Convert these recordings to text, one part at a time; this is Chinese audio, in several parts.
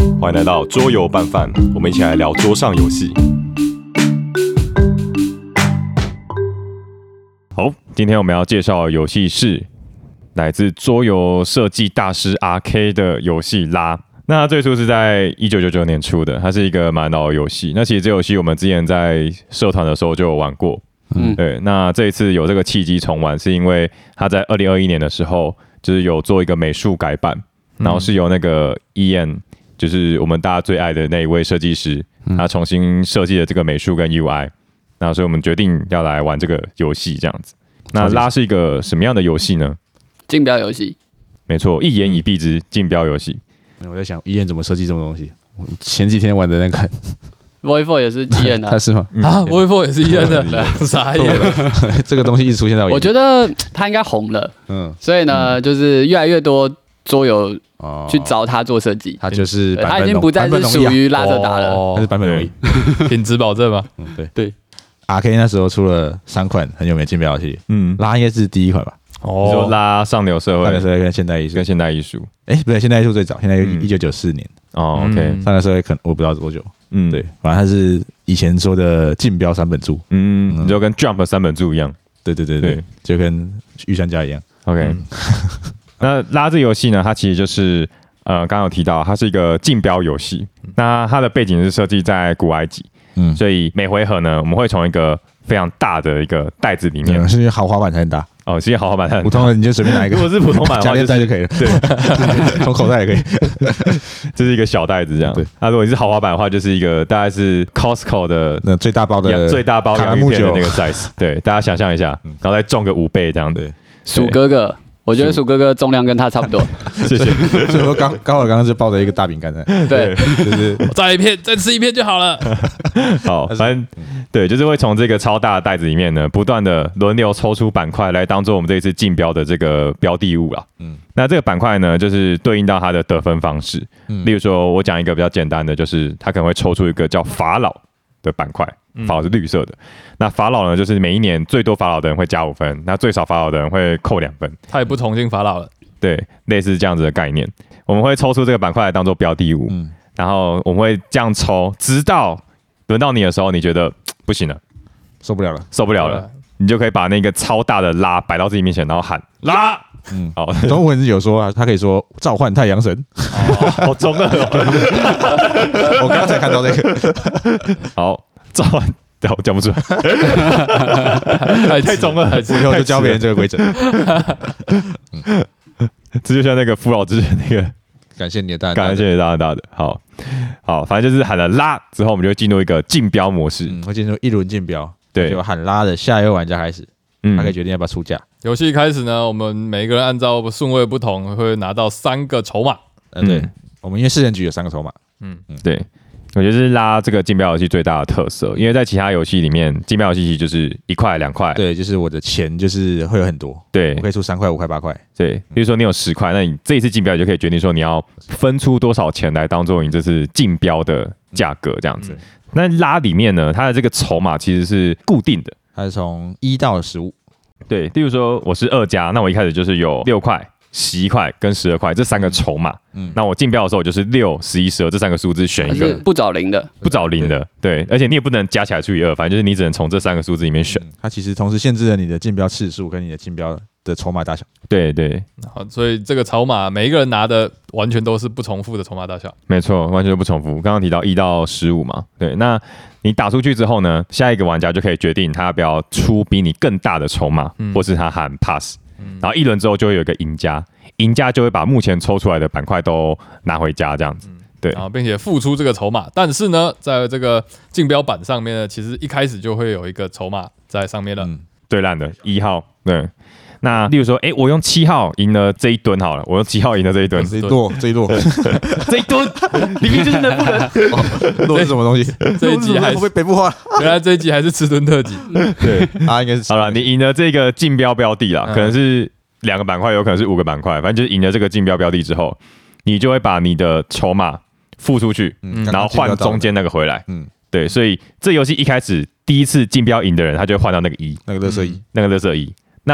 欢迎来到桌游拌饭，我们一起来聊桌上游戏。好，今天我们要介绍的游戏是来自桌游设计大师 RK 的游戏拉。那它最初是在1999年出的，它是一个蛮老的游戏。那其实这游戏我们之前在社团的时候就有玩过，对。那这一次有这个契机重玩，是因为它在2021年的时候，就是有做一个美术改版，然后是由那个 Ian， 就是我们大家最爱的那一位设计师，他重新设计了这个美术跟 UI。那所以我们决定要来玩这个游戏，这样子。那拉是一个什么样的游戏呢？ 竞标游戏， 没错，一言以蔽之，竞标游戏。 我在想，Ian怎么设计这种东西？前几天玩的那个 Void4 也是 Ian 的， 他是吗？ 啊 ，Void4 也是 Ian 的，傻眼。 这个东西一直出现在我觉得他应该红了，所以呢，就是越来越多桌游去找他做设计。 他就是他已经不再是属于拉瑟达了， 他是版本容易， 品质保证吗？ 对。RK 那时候出了3款很有名的竞标游戏，拉应该是第一款吧？ 你说拉上流社会， 上流社会跟现代艺术，不对，现代艺术最早，现代艺术1994年。 哦 ，OK， 上流社会可能我不知道多久，对，反正它是以前说的竞标3本柱， 你就跟 Jump 3本柱一样， 对，就跟御三家一样。 OK， 那拉这游戏呢，它其实就是刚刚有提到，它是一个竞标游戏。那它的背景是设计在古埃及，所以每回合呢，我们会从一个非常大的一个袋子里面， 是因为豪华版才很大。 哦，是因为豪华版才很大， 普通的你就随便拿一个。 如果是普通版的话， 夹链袋就可以了。对，从口袋也可以。 这是一个小袋子这样。对。那如果你是豪华版的话，就是一个大概是 Costco 的那最大包的洋芋片的那个 size。对，大家想象一下，然后再重个5倍这样的。 鼠哥哥。我觉得鼠哥哥重量跟他差不多， 谢谢。 所以说刚刚是抱着一个大饼干的， 对， 就是再吃一片就好了。 好，反正对，就是会从这个超大的袋子里面呢，不断的轮流抽出板块来当做我们这一次竞标的这个标的物啦。那这个板块呢，就是对应到它的得分方式。例如说，我讲一个比较简单的，就是它可能会抽出一个叫法老的板块。法老是绿色的，那法老呢，就是每一年最多法老的人会加5分，那最少法老的人会扣2分。 他也不重新法老了， 对，类似这样子的概念。我们会抽出这个板块来当做标的物，然后我们会这样抽，直到轮到你的时候，你觉得不行了， 受不了了， 你就可以把那个超大的拉摆到自己面前，然后喊拉。好， 中文有说啊，他可以说召唤太阳神， 好中二哦！ 我刚刚才看到这个， 好。召唤，我讲不出来，太中了， 以后就教别人这个规则。 这就像那个扶老之人那个， 感谢你的大， 感谢你大的，好，反正就是喊了拉之后，我们就会进入一个竞标模式， 会进入一轮竞标， 对， 就喊拉的下一位玩家开始，他可以决定要不要出价。 游戏开始呢，我们每一个人按照顺位不同，会拿到3个筹码。 对，我们因为4人局有3个筹码， 对。我觉得是拉这个竞标游戏最大的特色，因为在其他游戏里面，竞标游戏其实就是1块2块， 对，就是我的钱就是会有很多， 对， 我可以出3块5块8块， 对，比如说你有10块，那你这一次竞标你就可以决定说你要分出多少钱来当做你这次竞标的价格这样子。那拉里面呢，它的这个筹码其实是固定的， 它是从1到15， 对，例如说我是2家，那我一开始就是有6块。11块跟12块这3个筹码，那我竞标的时候我就是6、11、12这3个数字选一个， 不找零的， 对，而且你也不能加起来除以2，反正就是你只能从这3个数字里面选。 它其实同时限制了你的竞标次数跟你的竞标的筹码大小。 对对， 好，所以这个筹码每一个人拿的完全都是不重复的筹码大小。 没错，完全不重复。刚刚提到1到15嘛，对，那你打出去之后呢，下一个玩家就可以决定他要不要出比你更大的筹码，或是他喊 pass。然后1轮之后就会有一个赢家，赢家就会把目前抽出来的板块都拿回家，这样子。对， 然后并且付出这个筹码。但是呢，在这个竞标板上面呢，其实一开始就会有一个筹码在上面了。 对烂的1号，对。那例如说，我用7号赢了这一吨好了，我用7号赢了这一吨， 这一摞，这一吨，里面就是能不能？ 摞是什么东西？ 这一集还是北部话？ 原来这一集还是吃吨特辑。 对， 应该是好了，你赢了这个竞标标的啦，可能是2个板块，有可能是5个板块，反正就是赢了这个竞标标的之后，你就会把你的筹码付出去，然后换中间那个回来。对，所以这游戏一开始第一次竞标赢的人，他就会换到那个1， 那个垃圾1， 那个垃圾1。那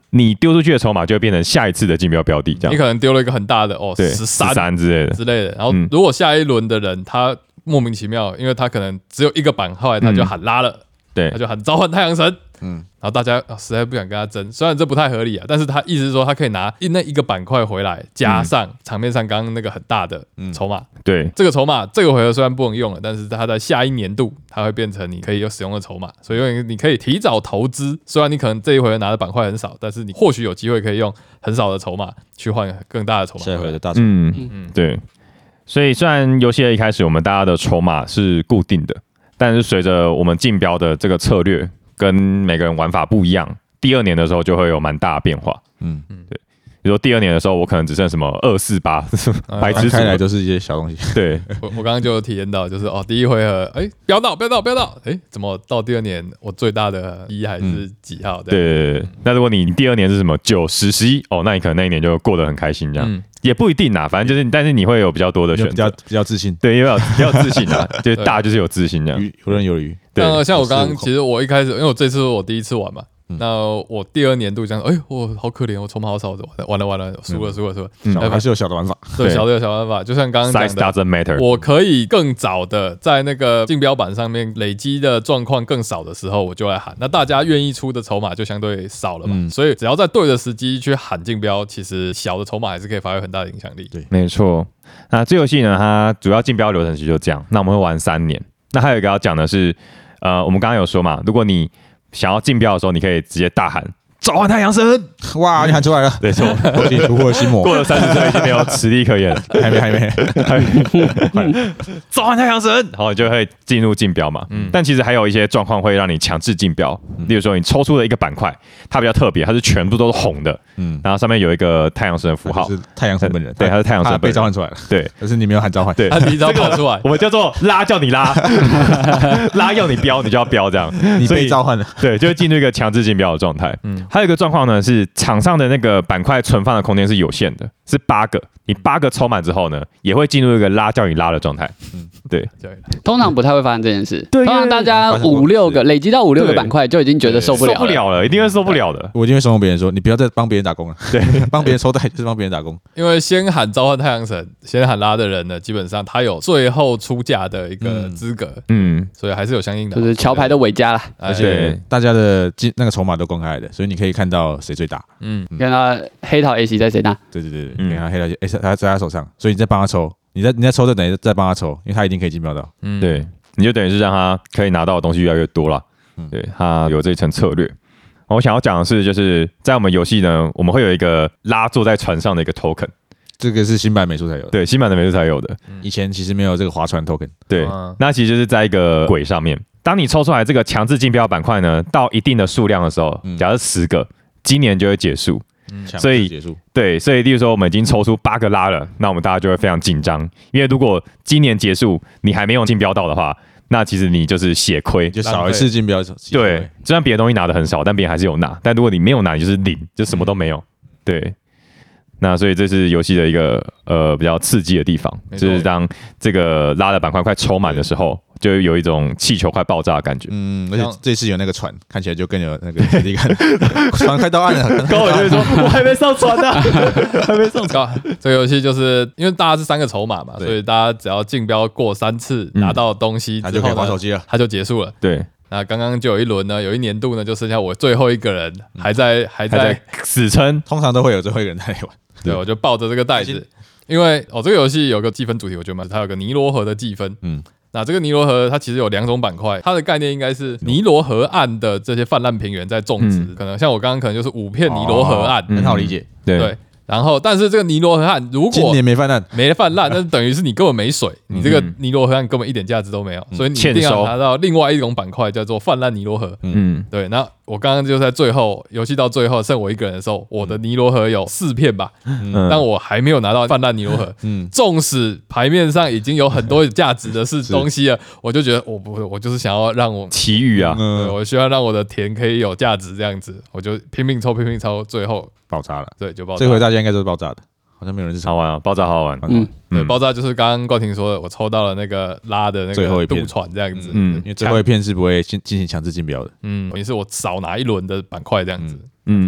你丢出去的筹码就会变成下一次的竞标标的，这样。 你可能丢了一个很大的13 之类的， 然后如果下一轮的人他莫名其妙，因为他可能只有一个板块，他就喊拉了， 对， 他就喊召唤太阳神，然后大家实在不想跟他争，虽然这不太合理啊，但是他意思是说他可以拿那一个板块回来，加上场面上刚刚那个很大的筹码， 对， 这个筹码这个回合虽然不能用了，但是它在下一年度它会变成你可以有使用的筹码，所以你可以提早投资，虽然你可能这一回合拿的板块很少，但是你或许有机会可以用很少的筹码去换更大的筹码， 下一回的大筹码， 对。所以虽然游戏的一开始我们大家的筹码是固定的，但是随着我们竞标的这个策略跟每个人玩法不一样，第2年的时候就会有蛮大的变化。对。比如说第2年的时候，我可能只剩什么248，白痴开来就是一些小东西。 对， 我刚刚就有体验到，就是第一回合，飙到，怎么到第2年我最大的1还是几号？ 对。那如果你第2年是什么9、10、11，那你可能那一年就过得很开心，这样。也不一定啦，反正就是，但是你会有比较多的选择， 比较自信。 对，比较自信啊，就是大就是有自信这样， 游刃有余。 对，像我刚刚，其实我一开始，因为我这次我第一次玩嘛。那我第2年度这样，我好可怜，我筹码好少，完了，输了， 还是有小的玩法， 对，小的玩法，就像刚刚讲的 ，size doesn't matter， 我可以更早的在那个竞标板上面累积的状况更少的时候，我就来喊，那大家愿意出的筹码就相对少了嘛，所以只要在对的时机去喊竞标，其实小的筹码还是可以发挥很大的影响力。 对， 没错。那这游戏呢，它主要竞标流程其实就这样，那我们会玩3年。那还有一个要讲的是，我们刚刚有说嘛，如果你想要竞标的时候，你可以直接大喊召唤太阳神！ 哇，你喊出来了， 没错， 已经突破心魔。 过了30岁已经没有实力可言了， 还没， 召唤太阳神，然后你就会进入竞标嘛。但其实还有一些状况会让你强制竞标，例如说你抽出了一个板块，它比较特别，它是全部都是红的，然后上面有一个太阳神的符号， 是太阳神本人， 对，他是太阳神被召唤出来了， 对， 可是你没有喊召唤， 对， 他提早跑出来， 我们叫做拉叫你拉，拉要你标，你就要标这样， 你被召唤了， 对，就会进入一个强制竞标的状态。还有一个状况呢是场上的那个板块存放的空间是有限的，是8个，你8个抽满之后呢，也会进入一个拉叫你拉的状态。对， 通常不太会发生这件事， 对， 通常大家5、6个累积到5、6个板块就已经觉得受不了了， 一定会受不了的。 我一定会怂恿别人说，你不要再帮别人打工了，对，帮别人抽袋就是帮别人打工。 因为先喊召唤太阳神，先喊拉的人呢，基本上他有最后出价的一个资格，所以还是有相应的， 就是桥牌的尾加啦， 而且大家的那个筹码都公开的，所以你可以看到谁最大， 看到黑桃 AC 在谁那， 对，你看黑桃 AC 他在他手上，所以你再帮他抽，你在抽的等于再帮他抽，因为他一定可以竞标到， 对，你就等于是让他可以拿到的东西越来越多了，对，他有这一层策略。我想要讲的是，就是在我们游戏呢，我们会有一个拉坐在船上的一个 token， 这个是新版美术才有的， 对，新版的美术才有的， 以前其实没有这个划船 token， 对，那其实就是在一个轨上面，当你抽出来这个强制竞标板块呢，到一定的数量的时候，假如10个，今年就会结束。所以结束对，所以例如说我们已经抽出8个拉了，那我们大家就会非常紧张，因为如果今年结束你还没有竞标到的话，那其实你就是血亏， 就少一次竞标。 对，虽然别的东西拿的很少，但别人还是有拿，但如果你没有拿，你就是0，就什么都没有。对，那所以这是游戏的一个比较刺激的地方，就是当这个拉的板块快抽满的时候，就有一种气球快爆炸的感觉。 而且这次有那个船，看起来就更有那个实力感。船快到岸了， 高伟就会说：“我还没上船呢，还没上船。” 这个游戏就是因为大家是3个筹码嘛，所以大家只要竞标过3次，拿到东西之后呢， 他就可以滑手机了， 他就结束了。 对。 那刚刚就有一轮呢，有一年度呢，就剩下我最后一个人还在死撑， 通常都会有最后一个人在玩。 对，我就抱着这个袋子，因为这个游戏有个计分主题，我觉得它有个尼罗河的计分。那这个尼罗河它其实有2种板块，它的概念应该是尼罗河岸的这些泛滥平原在种植，可能像我刚刚可能就是5片尼罗河岸， 很好理解。 对。然后，但是这个尼罗河岸如果今年没泛滥， 那等于是你根本没水，你这个尼罗河岸根本一点价值都没有，所以你一定要拿到另外一种板块叫做泛滥尼罗河。对。那我刚刚就在最后游戏到最后剩我一个人的时候，我的尼罗河有4片吧，但我还没有拿到泛滥尼罗河。纵使牌面上已经有很多价值的东西了，我就觉得我就是想要让我奇遇啊， 我需要让我的田可以有价值，这样子，我就拼命抽，最后爆炸了。 对，就爆炸。 这回大家应该都是爆炸的，好像没有人是好玩啊，爆炸好玩。 对，爆炸就是刚刚冠廷说的，我抽到了那个拉的那个渡船这样子。 因为最后一片是不会进行强制竞标的。 也是我少拿1轮的板块这样子。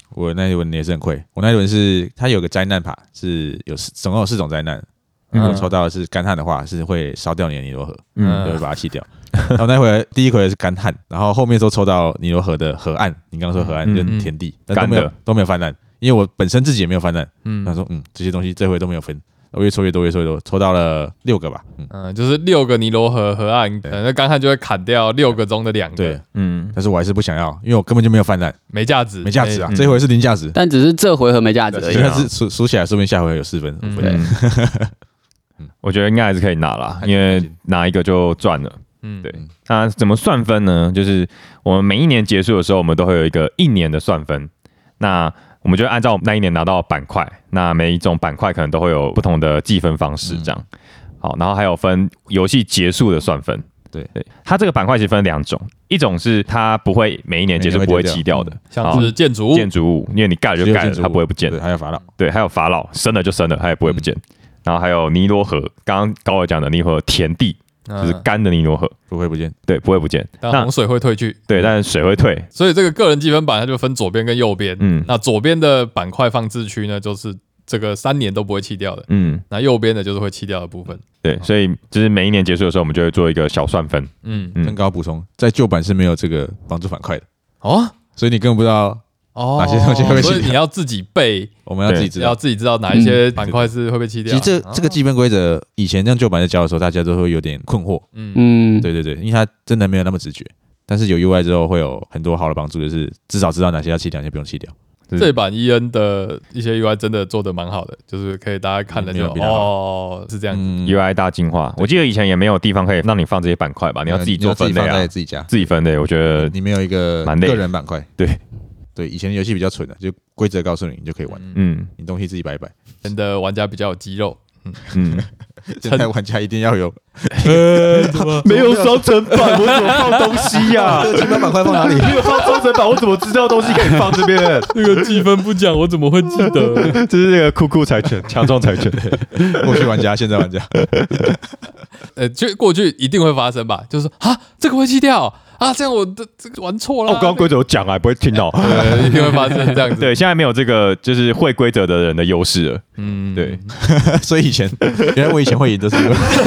我那一轮也是很亏。我那一轮是它有个灾难卡，是总共有4种灾难。我抽到的是干旱的话，是会烧掉你的尼罗河，就会把它弃掉。然后那回第一回是干旱，然后后面都抽到尼罗河的河岸。你刚刚说河岸跟田地，但都没有泛滥，因为我本身自己也没有泛滥。他说这些东西这回都没有分。我越抽越多，抽到了6个吧。 就是6个尼罗河河岸，那干旱就会砍掉6个中的2个。 对，但是我还是不想要，因为我根本就没有泛滥， 没价值啊！这回是零价值， 但只是这回合没价值而已。 但是数起来，说不定下回合有4分、5分。 我觉得应该还是可以拿啦，因为拿一个就赚了。对。那怎么算分呢？就是我们每一年结束的时候，我们都会有一个1年的算分。那我们就按照那一年拿到板块，那每一种板块可能都会有不同的计分方式，这样。好，然后还有分游戏结束的算分。对，它这个板块其实分2种，一种是它不会每一年结束不会弃掉的， 像是建筑物， 因为你盖了就盖了，它不会不见。 对，还有法老， 对，还有法老，生了就生了，它也不会不见。然后还有尼罗河，刚刚高尔讲的尼罗河田地，就是干的尼罗河， 不会不见， 对，不会不见。 但洪水会退去， 对，但是水会退。 所以这个个人积分板它就分左边跟右边。那左边的板块放置区呢，就是这个3年都不会弃掉的。那右边的就是会弃掉的部分。 对，所以就是每一年结束的时候，我们就会做一个小算分。 更高补充，在旧版是没有这个帮助板块的哦， 所以你根本不知道。哪些东西会被弃掉？ 所以你要自己背， 我们要自己知道哪一些板块是会被弃掉。 其实这个积分规则，以前像旧版在教的时候，大家都会有点困惑。对，因为它真的没有那么直觉。但是有 UI 之后，会有很多好的帮助，就是至少知道哪些要弃掉，哪些不用弃掉。 这版 EN 的一些 UI 真的做得蛮好的，就是可以大家看了就是这样子。 UI 大进化，我记得以前也没有地方可以让你放这些板块吧？你要自己做分类啊， 自己家自己分类。我觉得你没有一个个人板块，对，以前的游戏比较蠢的，就规则告诉你，你就可以玩。你东西自己摆一摆。 真的玩家比较有肌肉。 现在玩家一定要有。 没有双层板，我怎么放东西呀？ 积分板块放哪里？ 没有放双层板，我怎么知道东西可以放这边？ 那个积分不讲，我怎么会记得？ 这是那个酷柴犬，强壮柴犬。 过去玩家，现在玩家。 就过去一定会发生吧？就是说这个会弃掉。这样我的这个玩错了。 我刚刚规则有讲不会听到。 一定会发生这样子。 对，现在没有这个就是会规则的人的优势了。对。 所以原来我以前会赢的是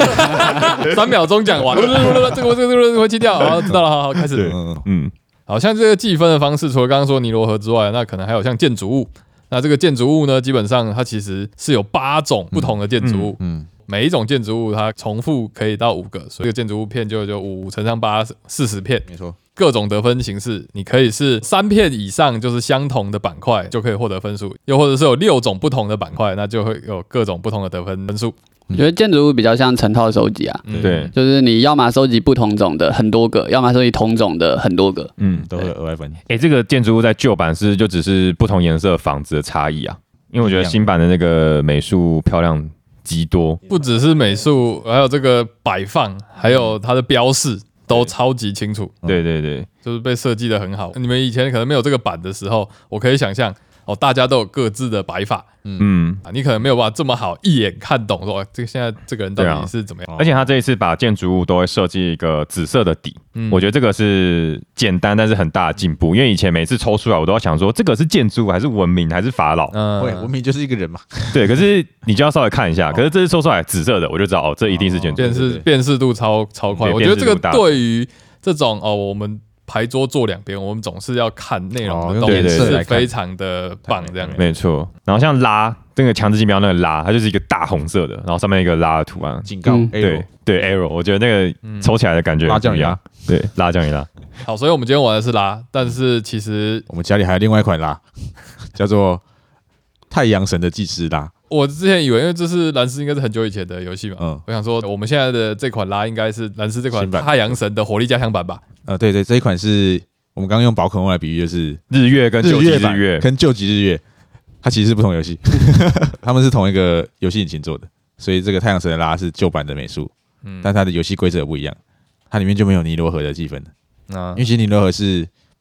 3秒钟讲完，这个会弃掉。好，知道了，好，开始。好像这个计分的方式，除了刚刚说尼罗河之外，那可能还有像建筑物。那这个建筑物呢，基本上它其实是有8种不同的建筑物。每一种建筑物它重复可以到5个，所以这个建筑物片就5乘上8 40片， 没错。 各种得分形式，你可以是3片以上就是相同的板块就可以获得分数，又或者是有6种不同的板块，那就会有各种不同的得分数。 我觉得建筑物比较像成套收集啊， 对， 就是你要么收集不同种的很多个，要么收集同种的很多个， 都会额外分。 这个建筑物在旧版就只是不同颜色房子的差异啊，因为我觉得新版的那个美术漂亮极多， 不只是美术，还有这个摆放，还有它的标示都超级清楚。 对， 就是被设计的很好。你们以前可能没有这个版的时候，我可以想象大家都有各自的摆法。你可能没有办法这么好一眼看懂说这个现在这个人到底是怎么样。 而且他这一次把建筑物都会设计一个紫色的底，我觉得这个是简单但是很大的进步。因为以前每次抽出来，我都要想说这个是建筑还是文明还是法老？ 文明就是一个人嘛。 对，可是你就要稍微看一下。可是这次抽出来紫色的，我就知道这一定是建筑。 辨识度超快。我觉得这个对于这种我们牌桌坐2边，我们总是要看内容的东西是非常的棒，这样没错。然后像拉这个强制竞标那个拉，它就是一个大红色的，然后上面一个拉的图案， 警告。 对 arrow， 我觉得那个抽起来的感觉拉降一拉， 对，拉降一拉。 好，所以我们今天玩的是拉，但是其实我们家里还有另外一款拉，叫做太阳神的祭司拉。 我之前以为，因为这是蓝斯应该是很久以前的游戏嘛，我想说我们现在的这款拉应该是蓝斯这款太阳神的火力加强版吧？ 对，这一款是我们刚刚用宝可梦来比喻，就是日月跟旧级日月跟旧级日月，它其实是不同游戏，他们是同一个游戏引擎做的，所以这个太阳神的拉是旧版的美术，但它的游戏规则不一样，它里面就没有尼罗河的计分因为其实尼罗河是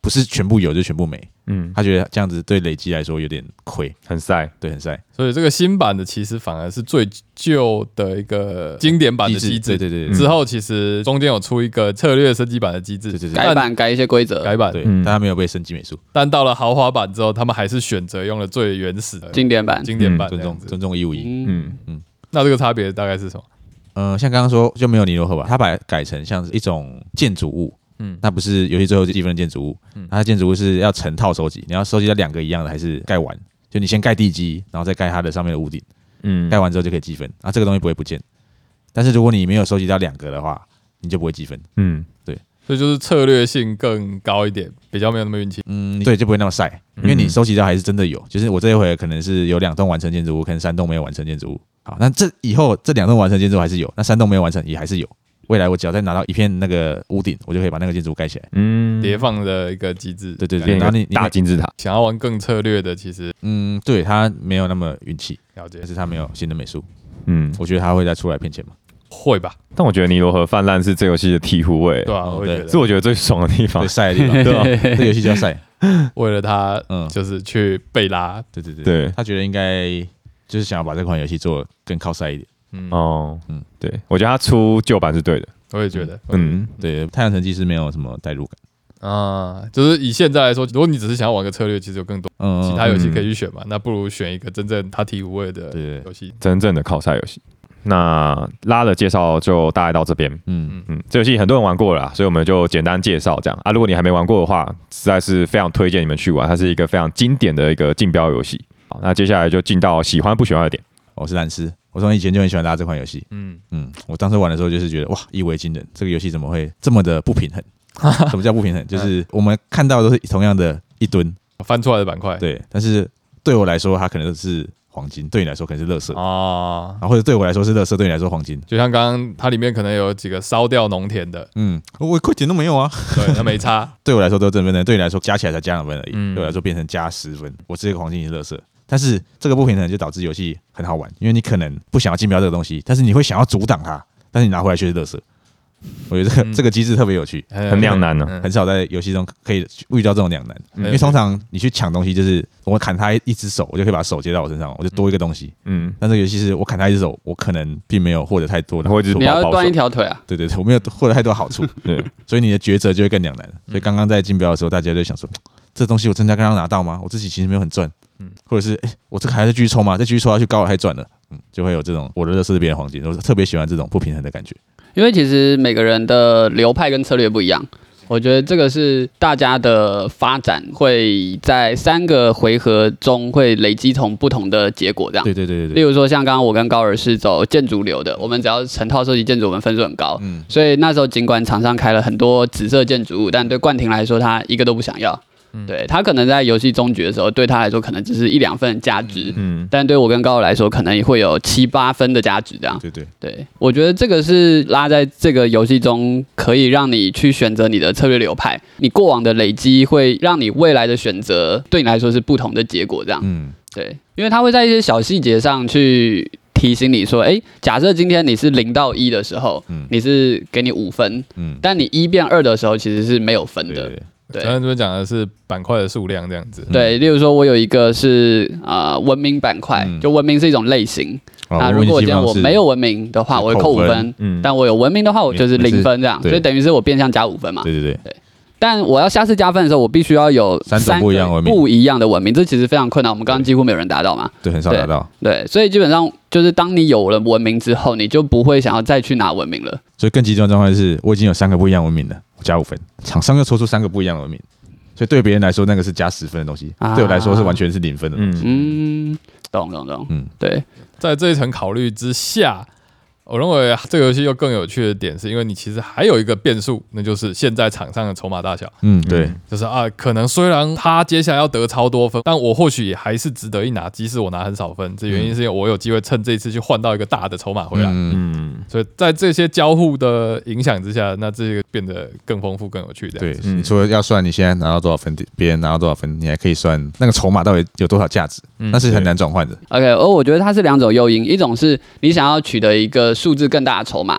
不是全部有就全部没。他觉得这样子对累积来说有点亏， 很晒， 对，很晒。 所以这个新版的其实反而是最旧的一个经典版的机制。 对。 之后其实中间有出一个策略升级版的机制， 改版改一些规则， 改版对，但他没有被升级美术。 但到了豪华版之后，他们还是选择用了最原始的经典版， 尊重151。 那这个差别大概是什么？ 像刚刚说就没有尼罗河吧，它把它改成像是一种建筑物。那不是游戏最后积分的建筑物，它建筑物是要成套收集，你要收集到2个一样的还是盖完？就你先盖地基，然后再盖它的上面的屋顶，盖完之后就可以积分，这个东西不会不见。但是如果你没有收集到2个的话，你就不会积分。对， 所以就是策略性更高一点，比较没有那么运气。 对，就不会那么晒，因为你收集到还是真的有。就是我这一回可能是有2栋完成建筑物，可能3栋没有完成建筑物。好，那这以后这2栋完成建筑物还是有，那3栋没有完成也还是有。未来我只要再拿到一片那个屋顶，我就可以把那个建筑盖起来。 叠放的一个机制。 对， 然后你大金字塔。 想要玩更策略的，其实对，他没有那么运气， 了解， 但是他没有新的美术。我觉得他会再出来骗钱吗？ 会吧。 但我觉得尼罗河泛滥是这游戏的醍醐味。 对啊，我觉得是我觉得最爽的地方， 最晒的地方。对吧？这游戏就要晒。 为了他，就是去被拉。 对，他觉得应该就是想要把这款游戏做更靠晒一点。 对，我觉得他出旧版是对的。 我也觉得， 对，太阳城记是没有什么代入感啊，就是以现在来说，如果你只是想要玩个策略，其实有更多其他游戏可以去选嘛，那不如选一个真正它醍醐味的游戏， 真正的靠赛游戏。那拉的介绍就大概到这边，这游戏很多人玩过了啦，所以我们就简单介绍这样啊。如果你还没玩过的话，实在是非常推荐你们去玩，它是一个非常经典的一个竞标游戏。好，那接下来就进到喜欢不喜欢的点。 我是蓝斯，我从以前就很喜欢拉这款游戏。我当时玩的时候就是觉得哇，一为惊人，这个游戏怎么会这么的不平衡？什么叫不平衡？就是我们看到的都是同样的一吨翻出来的板块， 对，但是对我来说，它可能是黄金，对你来说可能是垃圾啊，或者对我来说是垃圾，对你来说黄金。 就像刚刚它里面可能有几个烧掉农田的， 我一点都没有啊， 对，那没差。 对我来说都是正分的，对你来说加起来才加2分而已，对我来说变成加10分，我这个黄金是垃圾。但是这个不平衡就导致游戏很好玩，因为你可能不想要竞标这个东西，但是你会想要阻挡它，但是你拿回来却是垃圾。我觉得这个机制特别有趣， 很两难呢， 很少在游戏中可以遇到这种两难。因为通常你去抢东西，就是我砍他一只手，我就可以把手接到我身上，我就多一个东西。但这个游戏是我砍他一只手，我可能并没有获得太多的， 或者你要断一条腿啊？ 对，我没有获得太多好处。对，所以你的抉择就会更两难。所以刚刚在竞标的时候，大家就想说，这东西我真的刚刚拿到吗？我自己其实没有很赚。或者是我这个还在继续抽吗？再继续抽下去高了太赚了，就会有这种我的垃圾是别人黄金，我特别喜欢这种不平衡的感觉。 因为其实每个人的流派跟策略不一样，我觉得这个是大家的发展会在3个回合中会累积从不同的结果这样。 对。 例如说像刚刚我跟高尔是走建筑流的，我们只要成套收集建筑，我们分数很高。所以那时候尽管厂商开了很多紫色建筑物，但对冠廷来说他一个都不想要。对，他可能在游戏终局的时候，对他来说可能只是1-2分的价值，但对我跟高尔来说，可能也会有7-8分的价值这样。对，我觉得这个是拉在这个游戏中，可以让你去选择你的策略流派，你过往的累积会让你未来的选择对你来说是不同的结果这样。对，因为他会在一些小细节上去提醒你说，假设今天你是0到1的时候，你是给你5分，但你1变2的时候其实是没有分的。对， 刚才这边讲的是板块的数量这样子。 对，例如说我有一个是文明板块，就文明是一种类型。那如果今天我没有文明的话，我会扣5分；但我有文明的话，我就是0分这样。所以等于是我变相加5分嘛。 对。 但我要下次加分的时候，我必须要有 3种不一样的文明，这其实非常困难。我们刚刚几乎没有人达到嘛。 对，很少达到。 对，所以基本上就是当你有了文明之后，你就不会想要再去拿文明了。 所以更极端的状况是，我已经有3个不一样文明了，我加5分，厂商又抽出3个不一样的文明，所以对别人来说那个是加10分的东西，对我来说是完全是0分的东西。 懂。对， 在这一层考虑之下，我认为这个游戏又更有趣的点，是因为你其实还有一个变数，那就是现在场上的筹码大小。 对， 就是可能虽然他接下来要得超多分，但我或许也还是值得一拿，即使我拿很少分。这原因是因为我有机会趁这一次去换到一个大的筹码回来。所以在这些交互的影响之下，那这个变得更丰富、更有趣。 对，你除了要算你现在拿到多少分，别人拿到多少分，你还可以算那个筹码到底有多少价值，那是很难转换的。 OK， 而我觉得它是2种诱因，一种是你想要取得一个数字更大的筹码，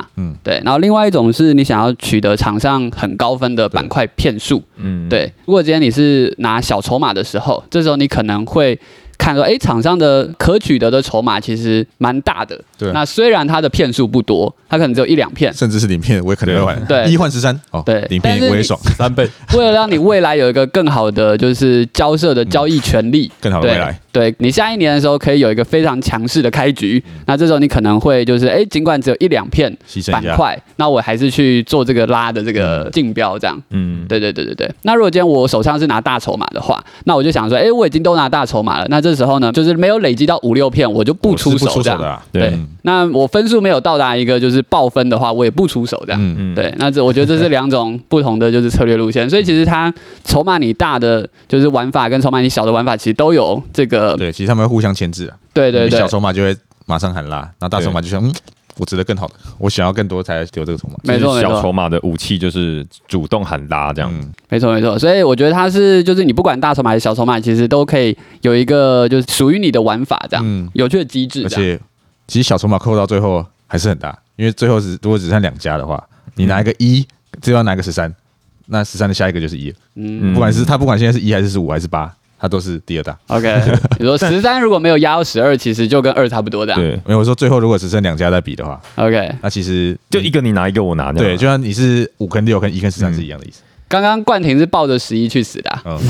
对，然后另外一种是你想要取得场上很高分的板块片数，对。如果今天你是拿小筹码的时候，这时候你可能会看说，场上的可取得的筹码其实蛮大的。 对， 那虽然它的片数不多，它可能只有1-2片， 甚至是0片，我也可能会玩。 对， 1换13， 对 ，0片我也爽 ，3倍。 为了让你未来有一个更好的就是交涉的交易权利， 更好的未来。 对你下一年的时候可以有一个非常强势的开局，那这时候你可能会就是尽管只有1-2片板块，那我还是去做这个拉的这个竞标这样。对。那如果今天我手上是拿大筹码的话，那我就想说，我已经都拿大筹码了，那这时候呢，就是没有累积到5-6片，我就不出手这样。对。那我分数没有到达一个就是爆分的话，我也不出手这样。对。那我觉得这是2种不同的就是策略路线，所以其实它筹码你大的就是玩法跟筹码你小的玩法其实都有这个。 对，其实他们会互相牵制啊。 对， 小筹码就会马上喊拉，然后大筹码就想，我值得更好的，我想要更多才丢这个筹码。 没错， 小筹码的武器就是主动喊拉这样。 没错，所以我觉得它是就是你不管大筹码还是小筹码，其实都可以有一个就是属于你的玩法这样，有趣的机制。 而且其实小筹码扣到最后还是很大，因为最后如果只剩2家的话，你拿一个1，只要拿个13，那13的下一个就是1。不管现在是1还是15还是8。它都是第2大。 OK， 你说13如果没有压到12，其实就跟2差不多这样。 对，没有我说最后如果只剩2家在比的话 ，OK， 那其实就一个你拿一个我拿。 对，就像你是5跟6跟1跟13是一样的意思。 刚刚冠廷是抱着11去死的。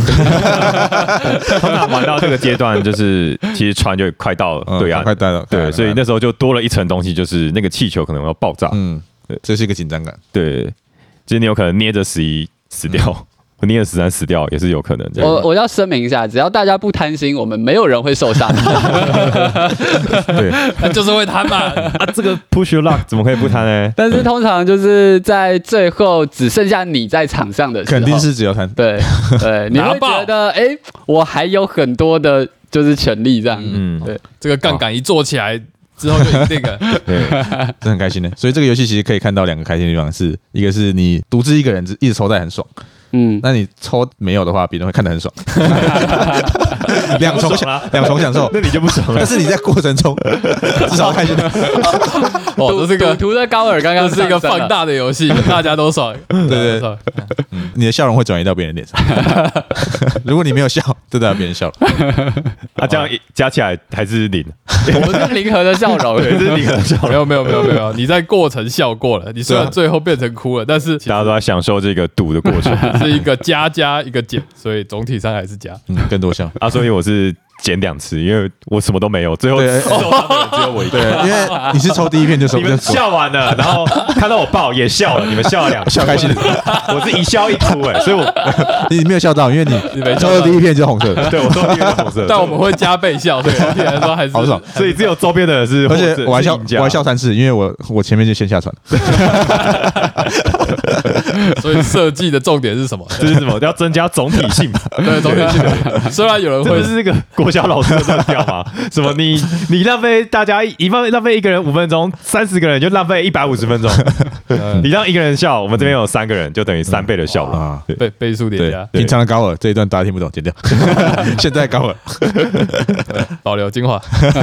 通常玩到这个阶段，就是其实船就快到对岸， 快到了。 对，所以那时候就多了一层东西，就是那个气球可能要爆炸。 对，这是一个紧张感。 对，其实你有可能捏着11死掉。捏了13死掉也是有可能。 我要声明一下，只要大家不贪心，我们没有人会受伤。 对， 就是会贪嘛。 这个 push your luck 怎么可以不贪呢？ 但是通常就是在最后只剩下你在场上的时候， 肯定是只有贪。 对，你会觉得我还有很多的就是权利这样。对， 这个杠杆一做起来。之后就赢这个， 对，真很开心的。所以这个游戏其实可以看到2个开心的地方，一个是你独自一个人一直抽袋很爽，那你抽没有的话，别人会看得很爽，两重享受， 那你就不爽了。 但是你在过程中至少开心的。 这是个赌徒的高尔刚刚是一个放大的游戏，大家都爽， 对，你的笑容会转移到别人脸上。如果你没有笑，就代表别人笑了。 这样加起来还是0。 我们是零和的笑容， 对，这是0和的笑容。 没有，你在过程笑过了，你虽然最后变成哭了，但是大家都在享受这个赌的过程， 是一个加一个减，所以总体上还是加， 更多笑所以我是减2次，因为我什么都没有，最后只有我一个。 对，因为你是抽第一片就你们笑完了，然后看到我爆也笑了，你们笑了2次， 笑开心的。 我是一笑一哭所以你没有笑到，因为你没抽的第一片就是红色的。 对，我抽的第一片是红色的， 但我们会加倍笑，所以总体来说还是好爽。 所以只有周边的人是， 而且我还笑3次，因为我前面就先下船。 所以设计的重点是什么？ 这是什么？要增加总体性。 对，总体性。虽然有人会是这个国小老师的调嘛？什么你浪费大家浪费一个人5分钟，30个人就浪费150分钟。你让一个人笑，我们这边有3个人，就等于3倍的笑了。 倍数叠加。 平常的高尔这一段大家听不懂，剪掉。现在高尔保留精华。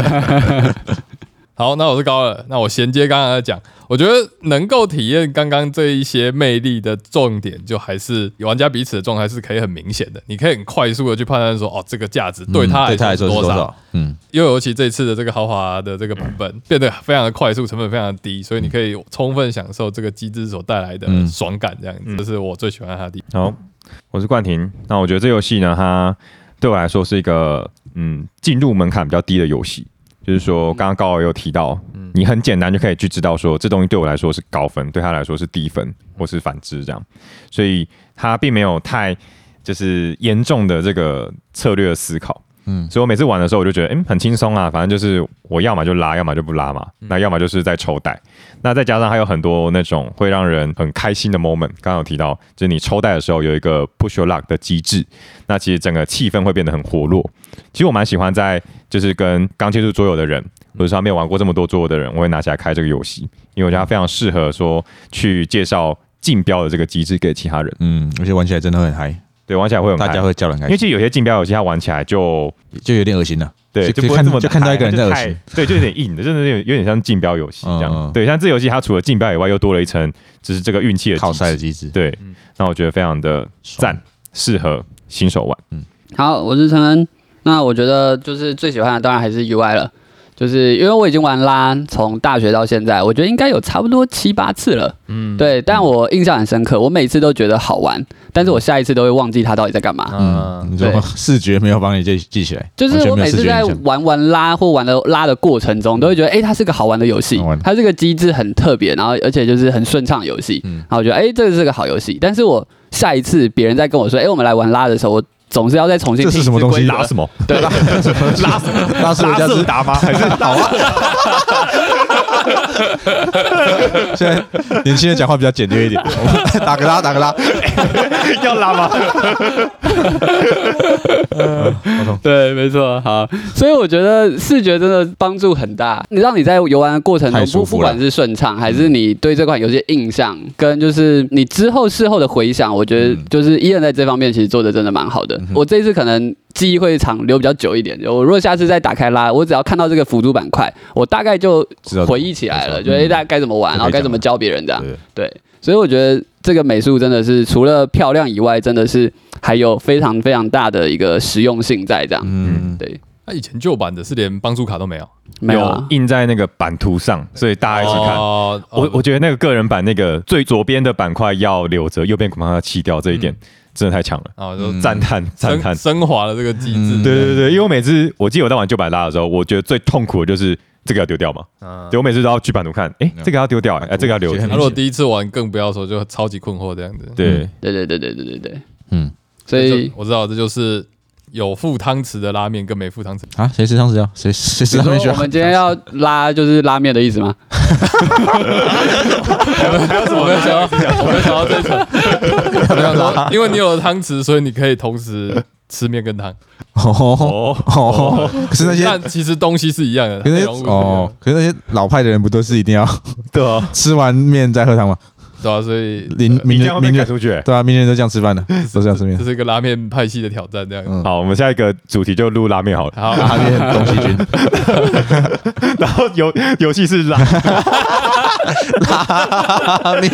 好，那我是高尔，那我衔接刚刚在讲，我觉得能够体验刚刚这一些魅力的重点，就还是玩家彼此的状态是可以很明显的，你可以很快速的去判断说，这个价值对他来说是多少。又尤其这次的这个豪华的这个版本变得非常的快速，成本非常的低，所以你可以充分享受这个机制所带来的爽感，这样子，这是我最喜欢它的地方。 好，我是冠廷，那我觉得这游戏呢，它对我来说是一个进入门槛比较低的游戏。就是说，刚刚高尔有提到，你很简单就可以去知道说，这东西对我来说是高分，对他来说是低分，或是反之这样。所以他并没有太就是严重的这个策略的思考。所以我每次玩的时候，我就觉得，很轻松啊，反正就是我要么就拉，要么就不拉嘛，那要么就是在抽袋。那再加上还有很多那种会让人很开心的 moment， 刚刚有提到，就是你抽袋的时候有一个 push your luck 的机制，那其实整个气氛会变得很活络。其实我蛮喜欢在就是跟刚接触桌游的人，或者说没有玩过这么多桌游的人，我会拿起来开这个游戏，因为我觉得它非常适合说去介绍竞标的这个机制给其他人。 而且玩起来真的会很嗨。 对，玩起来会很嗨， 大家会叫人开心。 因为其实有些竞标游戏，它玩起来就有点恶心了。 对， 就看到一个人在游戏， 对，就有点硬的，真的有点像竞标游戏这样。对，像这游戏它除了竞标以外，又多了一层就是这个运气的靠赛的机制。 对，那我觉得非常的赞，适合新手玩。 好，我是陈恩。那我觉得就是最喜欢的当然还是 UI 了。就是因为我已经玩拉从大学到现在，我觉得应该有差不多7、8次了。对，但我印象很深刻，我每次都觉得好玩，但是我下一次都会忘记它到底在干嘛。 你说视觉没有帮你记起来， 就是我每次在玩拉或玩的拉的过程中，都会觉得它是个好玩的游戏，它这个机制很特别，然后而且就是很顺畅的游戏，然后我觉得这个是个好游戏。但是我下一次别人在跟我说我们来玩拉的时候，我总是要再重新这是什么东西？ 拉什么？ 对，拉什么？拉色达吗？还是好啊？ 现在年轻人讲话比较简略一点，打个拉， 要拉吗？ 对，没错。好，所以我觉得视觉真的帮助很大，让你在游玩的过程中，不管是顺畅，还是你对这款游戏印象，跟就是你事后的回想，我觉得就是伊人在这方面其实做的真的蛮好的。我这一次可能记忆会留比较久一点。我如果下次再打开拉，我只要看到这个辅助板块，我大概就回忆起来了，就大概该怎么玩，然后该怎么教别人这样。对，所以我觉得这个美术真的是除了漂亮以外，真的是还有非常非常大的一个实用性在这样。对。 那以前旧版的是连帮助卡都没有， 没有印在那个版图上，所以大家一起看。我觉得那个个人版那个最左边的板块要留着，右边把它弃掉，这一点真的太强了。就赞叹升华了这个机制。 对，因为我记得我在玩旧版拉的时候，我觉得最痛苦的就是这个要丢掉嘛。我每次都要去版图看，这个要丢掉，这个要留着。 如果第一次玩更不要说，就超级困惑这样子。 对， 所以我知道这就是有附汤匙的拉面跟没附汤匙啊？谁吃汤匙要？谁吃拉面需要？ 我们今天要拉就是拉面的意思吗？ 我没有想到这层。因为你有了汤匙，所以你可以同时吃面跟汤。 可是那些， 但其实东西是一样的。 可是那些老派的人不都是一定要吃完面再喝汤吗？ 对啊，所以明天出去， 对啊，明天都这样吃饭的，都这样吃面。 这是一个拉面派系的挑战，这样。 好，我们下一个主题就录拉面好了。 好，拉面东西君， 然后游戏是拉面，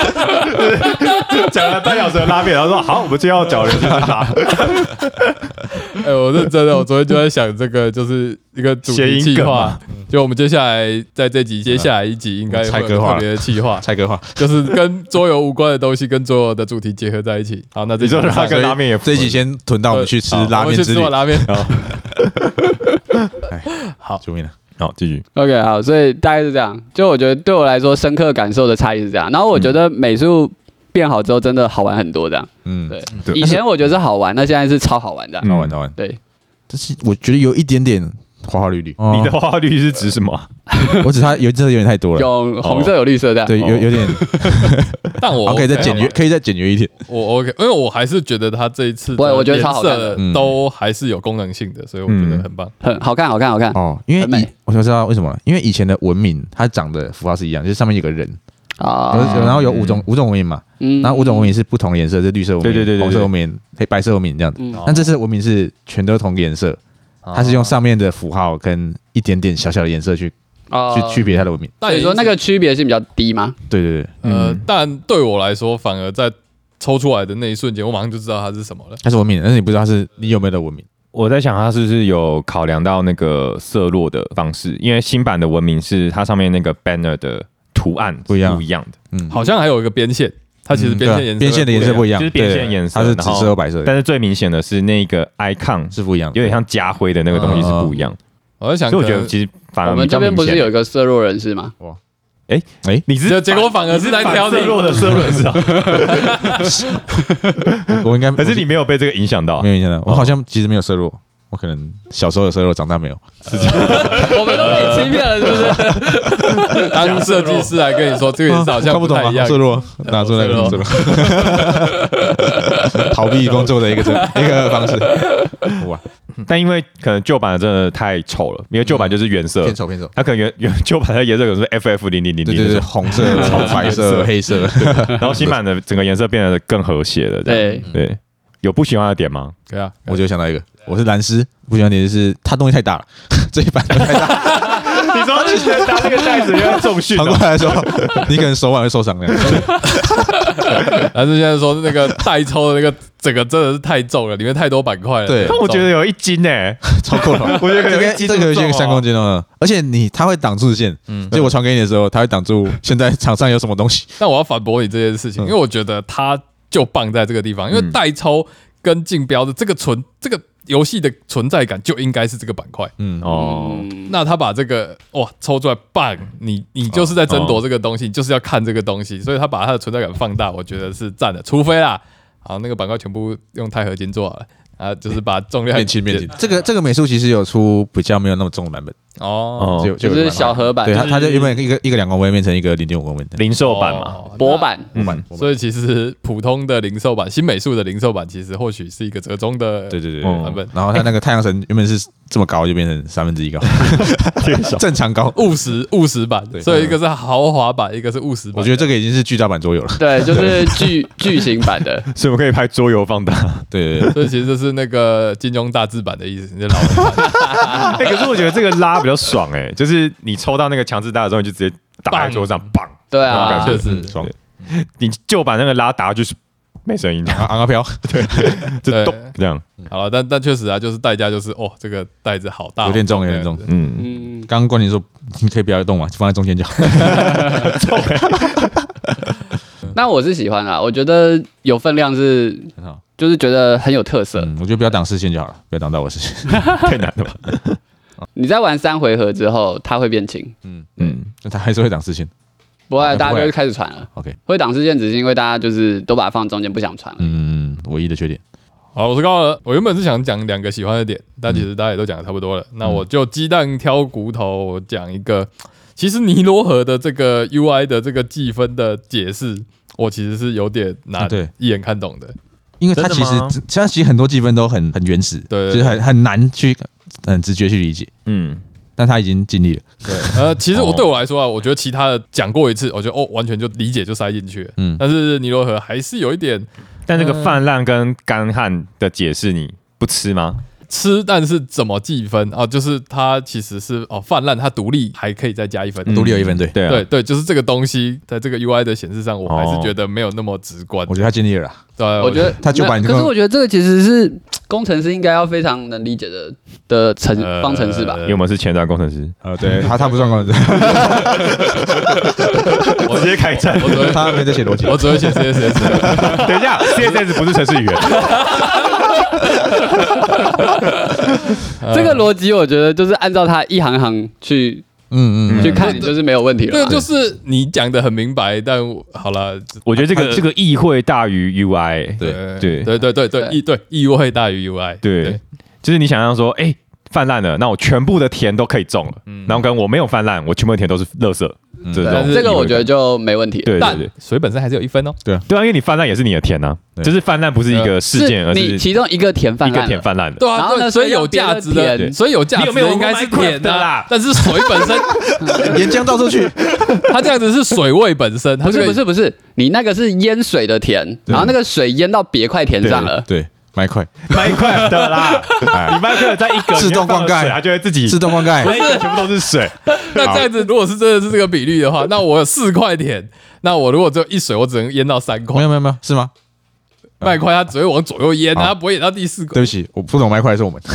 讲了半小时的拉面，然后说好，我们今天要讲的就是拉。 我认真的，我昨天就在想这个，就是一个主题企划，就我们接下来在这集接下来一集应该会有特别的企划， 菜哥话， 就是跟桌游无关的东西跟桌游的主题结合在一起。好，那这集跟拉面也这一集先囤到我们去吃拉面之旅。 我们去吃完拉面。 好，救命了！ 好，继续。 OK， 好，所以大概是这样。就我觉得对我来说，深刻感受的差异是这样。然后我觉得美术变好之后，真的好玩很多这样。对。以前我觉得是好玩，那现在是超好玩的。 好玩。 对。 但是我觉得有一点点花花绿绿。 你的花花绿绿是指什么？ 我指它有点太多了。 有红色有绿色这样。 对，有点。 但我可以再简约一点。 我 OK， 因为我还是觉得它这一次的我觉得超好看的， 都还是有功能性的，所以我觉得很棒， 很好看。 因为我就知道为什么了，因为以前的文明它长的符号是一样，就是上面有个人然后有五种文明嘛，然后5种文明是不同的颜色，是绿色文明、红色文明、白色文明这样子。但这次文明是全都同颜色，它是用上面的符号跟一点点小小的颜色去区别它的文明。 所以说那个区别性比较低吗？ 对。 但对我来说，反而在抽出来的那一瞬间，我马上就知道它是什么了。 它是文明，但是你不知道你有没有的文明。 我在想，它是不是有考量到那个色落的方式？因为新版的文明是它上面那个 banner 的图案不一样的。 好像还有一个边线，它其实边线的颜色不一样， 就是边线颜色， 它是紫色和白色。 但是最明显的是那个 icon 是不一样的， 有点像家徽的那个东西是不一样的。 我在想， 所以我觉得其实反而我们这边不是有一个色弱人士吗？ 哇， 你是结果反而是在挑色弱的色弱人士啊？ 我应该， 可是你没有被这个影响到， 没有影响到。我好像其实没有色弱，我可能小时候有色弱，长大没有。 我们都被欺骗了，是不是？当设计师来跟你说这个颜色好像不太一样， 色弱拿出来色弱，逃避工作的一个方式。哇！ 但因为可能旧版的真的太丑了，因为旧版就是原色， 偏丑。 它可能旧版的颜色可能是 FF0000， 对，红色、白色、黑色， 然后新版的整个颜色变得更和谐了。 对。 有不喜欢的点吗？ 可以啊， 我就想到一个，我是蓝斯，不喜欢的点就是它东西太大了，这一版东西太大。 你说之前拿那个袋子要重训， 反过来说，你可能手腕会受伤的。 但是现在说那个代抽的那个整个真的是太重了，里面太多板块了。 对， 但我觉得有1斤诶， 超过了。我觉得这个有3公斤哦，而且它会挡住线。所以我传给你的时候，它会挡住现在场上有什么东西。 但我要反驳你这件事情，因为我觉得它就棒在这个地方，因为代抽跟竞标的这个游戏的存在感就应该是这个板块。那他把这个抽出来棒，你就是在争夺这个东西，你就是要看这个东西，所以他把它的存在感放大，我觉得是赞的。除非啦，好那个板块全部用钛合金做好了。就是把重量变轻。这个美术其实有出比较没有那么重的版本就是小盒版。 对，它就原本一个2公分变成一个0.5公分的零售版嘛， 薄版。 所以其实普通的零售版、新美术的零售版，其实或许是一个折中的对版本。 然后它那个太阳神原本是这么高，就变成1/3高，正常高， 务实版。所以一个是豪华版，一个是务实版。 我觉得这个已经是巨大版桌游了。 对，就是巨型版的， 所以我们可以拍桌游放大。 对， 所以其实这是那个金庸大制版的意思，你就老版。 可是我觉得这个拉比较爽就是你抽到那个强制拉的时候，你就直接打在桌上，棒。 对啊， 确实爽。 你旧版那个拉打就是没声音， 昂个飘， 对，就咚这样。 好了，但确实啊，就是代价就是这个袋子好大， 有点重。刚刚关你说你可以不要动嘛，放在中间就好。 那我是喜欢啦，我觉得有分量是很好，就是觉得很有特色。 我觉得不要挡视线就好了，不要挡到我视线， 太难了吧？ 你在玩3回合之后，它会变轻。 那它还是会挡视线。 不会，大家就会开始传了。 OK， 会挡视线只是因为大家就是都把它放中间，不想传了。 唯一的缺点。 好，我是高尔，我原本是想讲2个喜欢的点，但其实大家也都讲的差不多了。那我就鸡蛋挑骨头，我讲一个。其实尼罗河的这个 UI 的这个计分的解释，我其实是有点难一眼看懂的， 因为它其实很多计分都很原始， 对， 就是很难去很直觉去理解。但他已经尽力了。 对，其实对我来说啊，我觉得其他的讲过一次，我觉得完全就理解就塞进去了。但是尼罗河还是有一点。 但这个泛滥跟干旱的解释你不吃吗？ 吃，但是怎么计分啊？就是它其实是泛滥，它独立还可以再加1分， 独立有1分， 对，就是这个东西在这个 UI 的显示上，我还是觉得没有那么直观。 我觉得他尽力了啦。 对，我觉得他就把你。 可是我觉得这个其实是工程师应该要非常能理解的方程式吧？ 因为我们是前端工程师。 对，他不算工程师。 我直接开战。 他没在写逻辑， 我只会写 CSS。 等一下 ，CSS 不是程式语言。 这个逻辑我觉得就是按照它一行行去去看，就是没有问题了。 这个就是你讲的很明白，但好了， 我觉得这个意会大于 UI。 对，意会大于 UI。 对，就是你想象说，泛滥了，那我全部的田都可以种了，然后跟我没有泛滥，我全部的田都是垃圾。 这个我觉得就没问题了。 对， 但水本身还是有1分哦。 对啊，因为你泛滥也是你的田啊，就是泛滥不是一个事件，而是你其中一个田泛滥， 的。 对啊，然后呢，所以有价值的，所以有价值的应该是田的啦。但是水本身， 岩浆倒出去， 它这样子是水位本身。 不是，你那个是淹水的田，然后那个水淹到别块田上了。 对。麦块的啦，你麦块在一个自动灌溉， 它就会自己自动灌溉， 全部都是水。 那这样子，如果是真的是这个比例的话，那我有4块田，那我如果只有1水，我只能淹到3块。 没有，是吗？ 麦块它只会往左右淹，它不会淹到第4块。 对不起，我不懂麦块是我们。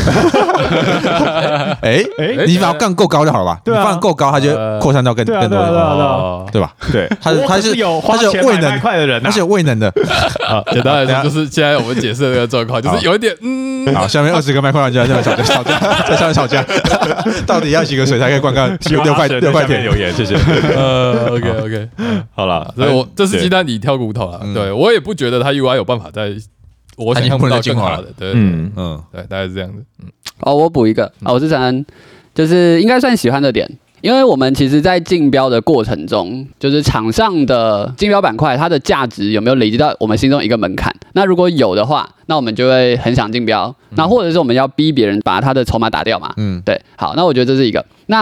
你把它干够高就好了吧？你放够高，它就扩散到更多地方，对吧？ 对， 它是有位能块的人， 它是有位能的。 简单来说，就是现在我们解释的这个状况，就是有一点好，下面20个麦块玩家在吵架，在下面吵架，到底要几个水才可以灌溉6块田？ 留言，谢谢。 OK， 好了，所以这是鸡蛋里挑骨头了。对我也不觉得它 UI 有办法在我想象不到更好的。对，对，大概是这样子。 我补一个我是承认，就是应该算喜欢的点。因为我们其实，在竞标的过程中，就是场上的竞标板块，它的价值有没有累积到我们心中一个门槛？那如果有的话，那我们就会很想竞标。那或者是我们要逼别人把他的筹码打掉嘛？对。好，那我觉得这是一个。那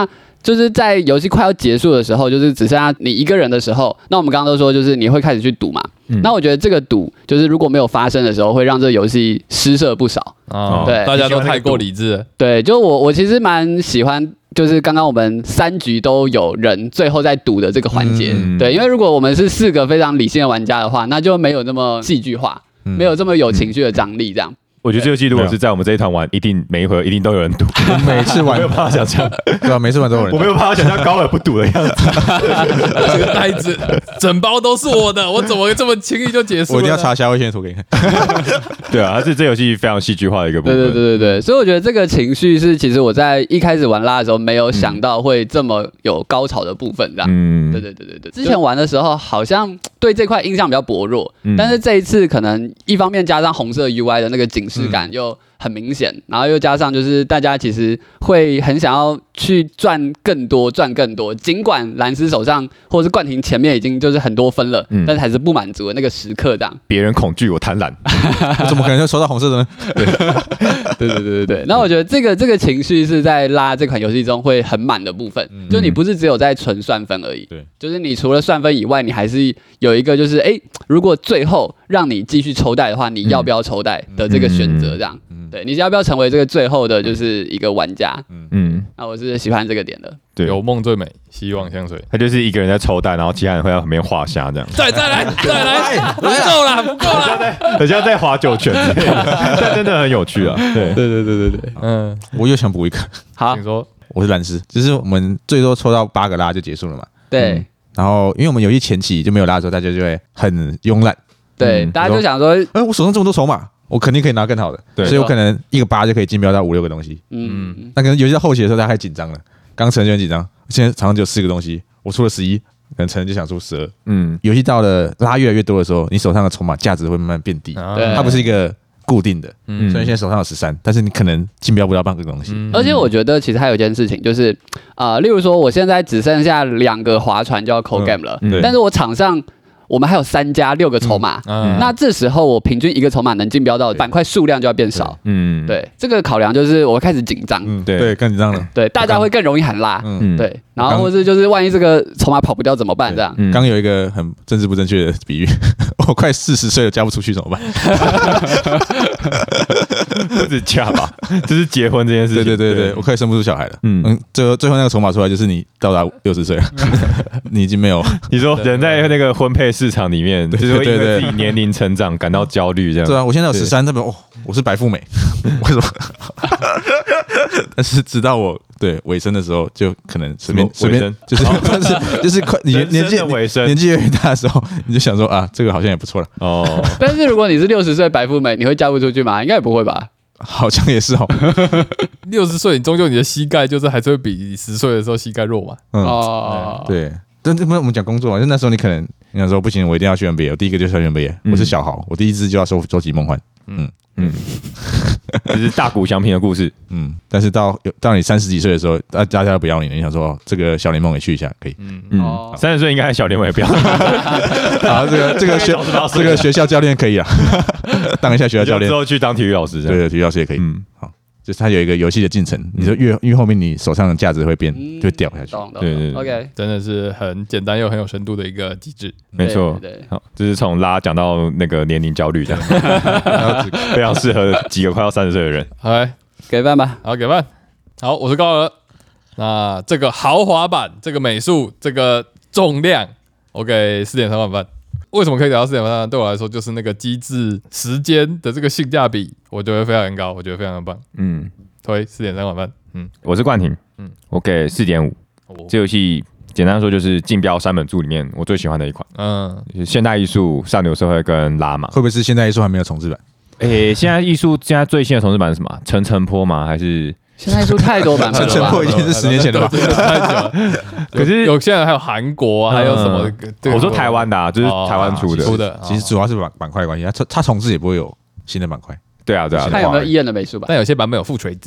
就是在游戏快要结束的时候，就是只剩下你一个人的时候，那我们刚刚都说就是你会开始去赌嘛。那我觉得这个赌就是如果没有发生的时候，会让这个游戏失色不少。对， 大家都太过理智了。 对，就我其实蛮喜欢。就是刚刚我们3局都有人最后在赌的这个环节，对，因为如果我们是4个非常理性的玩家的话，那就没有那么戏剧化，没有这么有情绪的张力，这样。 我觉得这个游戏如果是在我们这一团玩，一定每一回一定都有人赌。 每次玩没有办法想象， 对吧？每次玩都有人赌。 我没有办法想象高尔不赌的样子。 这个袋子整包都是我的，我怎么这么轻易就结束了？ 我一定要查下位线图给你看。 对啊，它是这游戏非常戏剧化的一个部分。 对，所以我觉得这个情绪是其实我在一开始玩拉的时候没有想到会这么有高潮的部分，这样。对。之前玩的时候好像对这块印象比较薄弱，但是这一次可能一方面加上红色 UI 的那个警示感又很明显，然后又加上就是大家其实会很想要去赚更多，尽管蓝斯手上或者是冠廷前面已经就是很多分了，但是还是不满足的那个时刻，这样。 别人恐惧，我贪婪， 我怎么可能就收到红色的呢？ 对。那我觉得这个情绪是在拉这款游戏中会很满的部分，就你不是只有在纯算分而已，对，就是你除了算分以外，你还是有一个就是如果最后让你继续抽袋的话，你要不要抽袋的这个选择，这样。对，你要不要成为这个最后的就是一个玩家？那我是喜欢这个点的。 对， 有梦最美，希望相随。 他就是一个人在抽蛋，然后其他人会在旁边画虾这样。 再来，不够了， 很像在划酒泉，但真的很有趣啊。对。 我又想补一个。 好， 请说。 我是蓝斯，就是我们最多抽到8个拉就结束了嘛。 对。 然后因为我们游戏前期就没有拉的时候，大家就会很慵懒。 对，大家就想说， 我手上这么多筹码。我肯定可以拿更好的，所以我可能一个8就可以竞标到5、6个东西。那可能游戏到后期的时候，大家太紧张了，刚成人就很紧张。现在常常只有4个东西，我出了11，可能成人就想出12。游戏到了拉越来越多的时候，你手上的筹码价值会慢慢变低，它不是一个固定的。所以现在手上有13，但是你可能竞标不到半个东西。 而且我觉得其实还有一件事情就是，例如说我现在只剩下2个划船就要扣 game 了，但是我场上。我们还有3加6个筹码，那这时候我平均一个筹码能竞标到板块数量就要变少。对，这个考量就是我会开始紧张， 对，更紧张了。 对，大家会更容易喊拉，对，然后或是就是万一这个筹码跑不掉怎么办？这样。 刚有一个很政治不正确的比喻，我快40岁了嫁不出去怎么办？ 不止嫁吧，就是结婚这件事情。 对，我快生不出小孩了。最后那个筹码出来就是你到达60岁了，你已经没有。 你说人在那个婚配市场里面，就是会因为自己年龄成长感到焦虑，这样。 对啊，我现在有13，代表我是白富美，为什么？但是直到我尾声的时候，就可能随便就是快年纪越大的时候，你就想说啊，这个好像也不错了。 但是如果你是60岁白富美，你会嫁不出去吗？应该也不会吧。 好像也是 60岁，你终究你的膝盖就是还是会比你10岁的时候膝盖弱嘛。 对。但这不是我们讲工作嘛？就那时候你可能你想说不行，我一定要去 NBA， 我第一个就是去 NBA，我是小豪，我第一支就要收集梦幻。 这是大谷翔平的故事。 但是到你30几岁的时候，大家都不要你了，你想说这个小联盟也去一下可以。 30岁应该小联盟也不要。 好，这个学校教练可以啊，当一下学校教练， 之后去当体育老师。 对，体育老师也可以。好。就是它有一个游戏的进程，你说越后面你手上的价值会变，就会掉下去。 对 ，OK， 真的是很简单又很有深度的一个机制。 没错，好，就是从拉讲到那个年龄焦虑这样，非常适合几个快要30岁的人。 好， 给饭吧， 好，给饭。好，我是高尔。那这个豪华版，这个美术，这个重量，我给4.3万分。为什么可以聊到4.3万？对我来说，就是那个机制时间的这个性价比，我觉得非常高，我觉得非常的棒。推4.3万分。 我是冠廷。我给4.5。这游戏简单说就是竞标3本柱里面我最喜欢的一款。就是现代艺术、上流社会跟拉嘛。 会不会是现代艺术还没有重置版？ 现在艺术现在最新的重置版是什么？层坡吗？还是？ 现在出太多版本了吧？ 层坡已经是10年前了吧？ 太久了。可是有现在还有韩国还有什么？ 我说台湾的，就是台湾出的。 其实主要是板块的关系，它重置也不会有新的板块。 对啊。 看有没有伊恩的美术吧。 但有些版本有附锤子。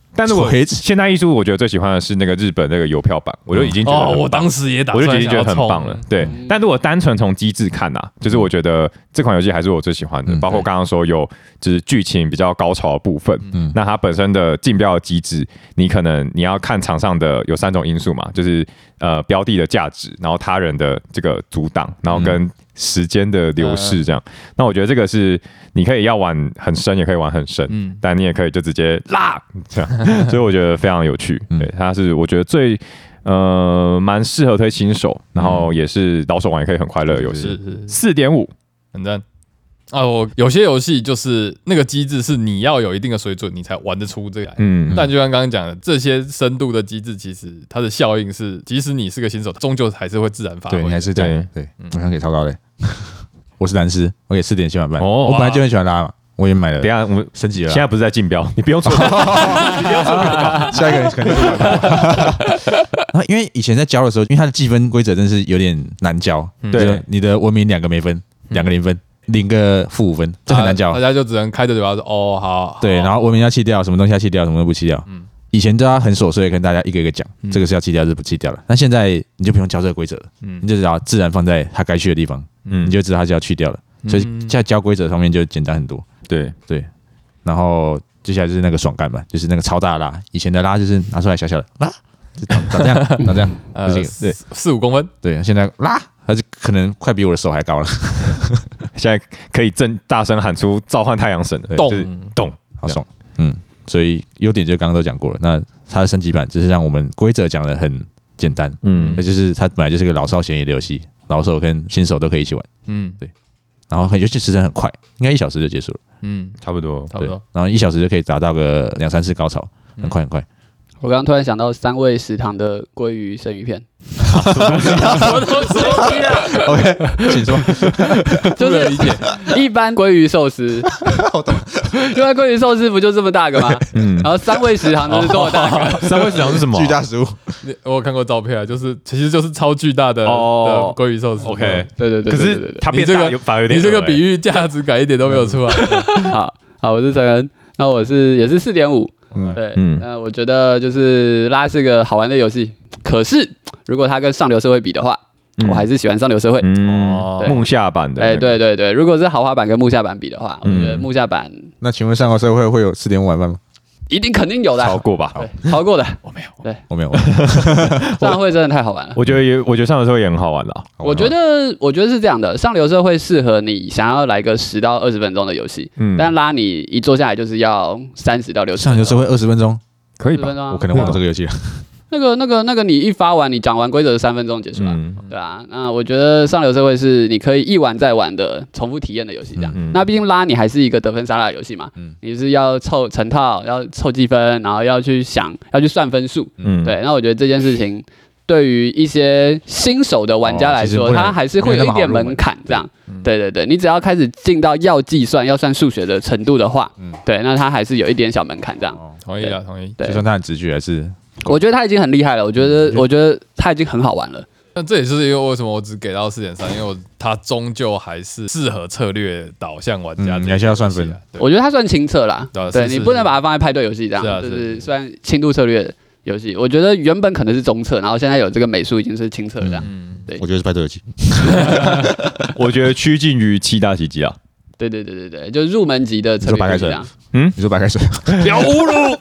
但是我现代艺术，我觉得最喜欢的是那个日本那个邮票版，我就已经觉得我当时也我就已经觉得很棒了。对，但如果单纯从机制看啊，就是我觉得这款游戏还是我最喜欢的，包括刚刚说有就是剧情比较高潮的部分，那它本身的竞标的机制，你要看场上的有3种因素嘛，就是标的的价值，然后他人的这个阻挡，然后跟时间的流逝这样。那我觉得这个是你可以要玩很深，也可以玩很深，但你也可以就直接拉这样，所以我觉得非常有趣。对，它是我觉得最蛮适合推新手，然后也是老手玩也可以很快乐的游戏。4.5， 很赞。我有些游戏就是那个机制是你要有一定的水准，你才玩得出这个。但就像刚刚讲的，这些深度的机制，其实它的效应是，即使你是个新手，终究还是会自然发挥。 对，你还是对，我想给超高的。我是蓝斯，我给4.7满分。我本来就很喜欢拉嘛，我也买了。 等一下我们升级了， 现在不是在竞标，你不用做，你不用做广告。 下一个人肯定是。然后因为以前在教的时候，因为它的计分规则真是有点难教。对，你的文明2个没分，2个0分。0个-5分，这很难教。 大家就只能开着嘴巴说好。 对，然后文明要弃掉，什么东西要弃掉，什么都不弃掉。以前都要很琐碎，跟大家一个一个讲，这个是要弃掉，是不弃掉了。那现在你就不用教这个规则了，你就只要自然放在它该去的地方，你就知道它就要去掉了。所以在教规则上面就简单很多。 对， 然后接下来就是那个爽感嘛，就是那个超大的拉。以前的拉就是拿出来小小的拉，长这样，长这样，对 ，4-5公分。 对，现在拉，它就可能快比我的手还高了。 现在可以大声喊出召唤太阳神了，动， 好爽。所以优点就刚刚都讲过了。那它的升级版只是让我们规则讲的很简单，那就是它本来就是个老少咸宜的游戏，老手跟新手都可以一起玩。对。然后游戏时长很快，应该1小时就结束了。 差不多。 然后1小时就可以达到个2-3次高潮，很快。 我刚刚突然想到3味食堂的鲑鱼生鱼片。 什么东西啊 ？OK， 请说。 就是理解一般鲑鱼寿司，因为鲑鱼寿司不就这么大个吗？然后3味食堂就是这么大个。 3味食堂是什么？ 巨大食物。 我有看过照片啊，其实就是超巨大的鲑鱼寿司。 OK， 对。 可是它变大反而有点， 你这个比喻价值感一点都没有出来。 好，我是陈恩，那我也是4.5。对，那我觉得就是拉是个好玩的游戏，可是如果它跟上流社会比的话，我还是喜欢上流社会。 木下版的。 对，如果是豪华版跟木下版比的话，我觉得木下版。 那请问上流社会会有4.5满分吗？ 一定肯定有的， 超过吧？ 超过的。 我没有， 对， 我没有。 上流社会真的太好玩了。 我觉得上流社会也很好玩啦。 我觉得是这样的，上流社会适合你想要来个10到20分钟的游戏，但拉你一坐下来就是要30到60分钟。 上流社会20分钟可以吧？ 我可能忘了这个游戏了。 那个，你一发完，你讲完规则3分钟结束了，对啊。那我觉得上流社会是你可以一玩再玩的重复体验的游戏，这样。那毕竟拉你还是一个得分沙拉的游戏嘛，你是要凑成套，要凑积分，然后要去算分数，对。那我觉得这件事情对于一些新手的玩家来说，他还是会有一点门槛，这样。对，你只要开始进到要计算、要算数学的程度的话，对，那他还是有一点小门槛，这样。 同意。 就算他很直觉还是。 我觉得他已经很厉害了，我觉得他已经很好玩了。 那这也是因为为什么我只给到4.3，因为他终究还是适合策略导向玩家。 你还是要算分。 我觉得他算轻策啦，对你不能把它放在派对游戏这样，就是算轻度策略游戏。我觉得原本可能是中策，然后现在有这个美术已经是轻策这样。对， 我觉得是派对游戏。 我觉得趋近于7大奇迹啊。 对，就入门级的策略这样。 你说白开水？ 不要侮辱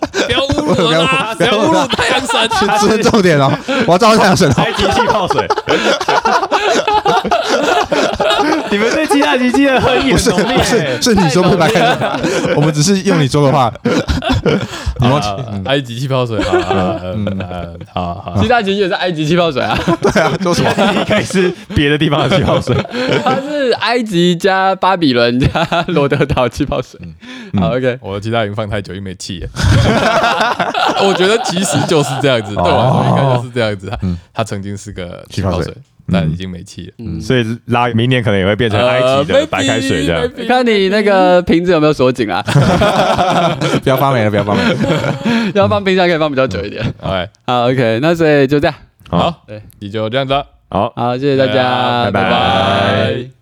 太阳神， 这是重点哦！我要召唤太阳神， 开机器泡水。你们对7大奇迹的恨意很浓烈， 是你说不白开水，我们只是用你说的话。你忘记埃及气泡水？好 7大奇迹也是埃及气泡水啊。 对啊，做什么？ 你可以是别的地方的气泡水。 它是埃及加巴比伦加罗德岛气泡水。好 ，OK。 我的鸡蛋已经放太久，因为没气了。我觉得其实就是这样子，对我来说应该就是这样子。它曾经是个气泡水，但已经没气了。 所以拉明年可能也会变成埃及的白开水这样。 看你那个瓶子有没有锁紧啊？ 不要发霉了，不要发霉了。 要放冰箱可以放比较久一点。好 ，OK。那所以就这样。 好，对，也就这样子。 好， 谢谢大家，拜拜。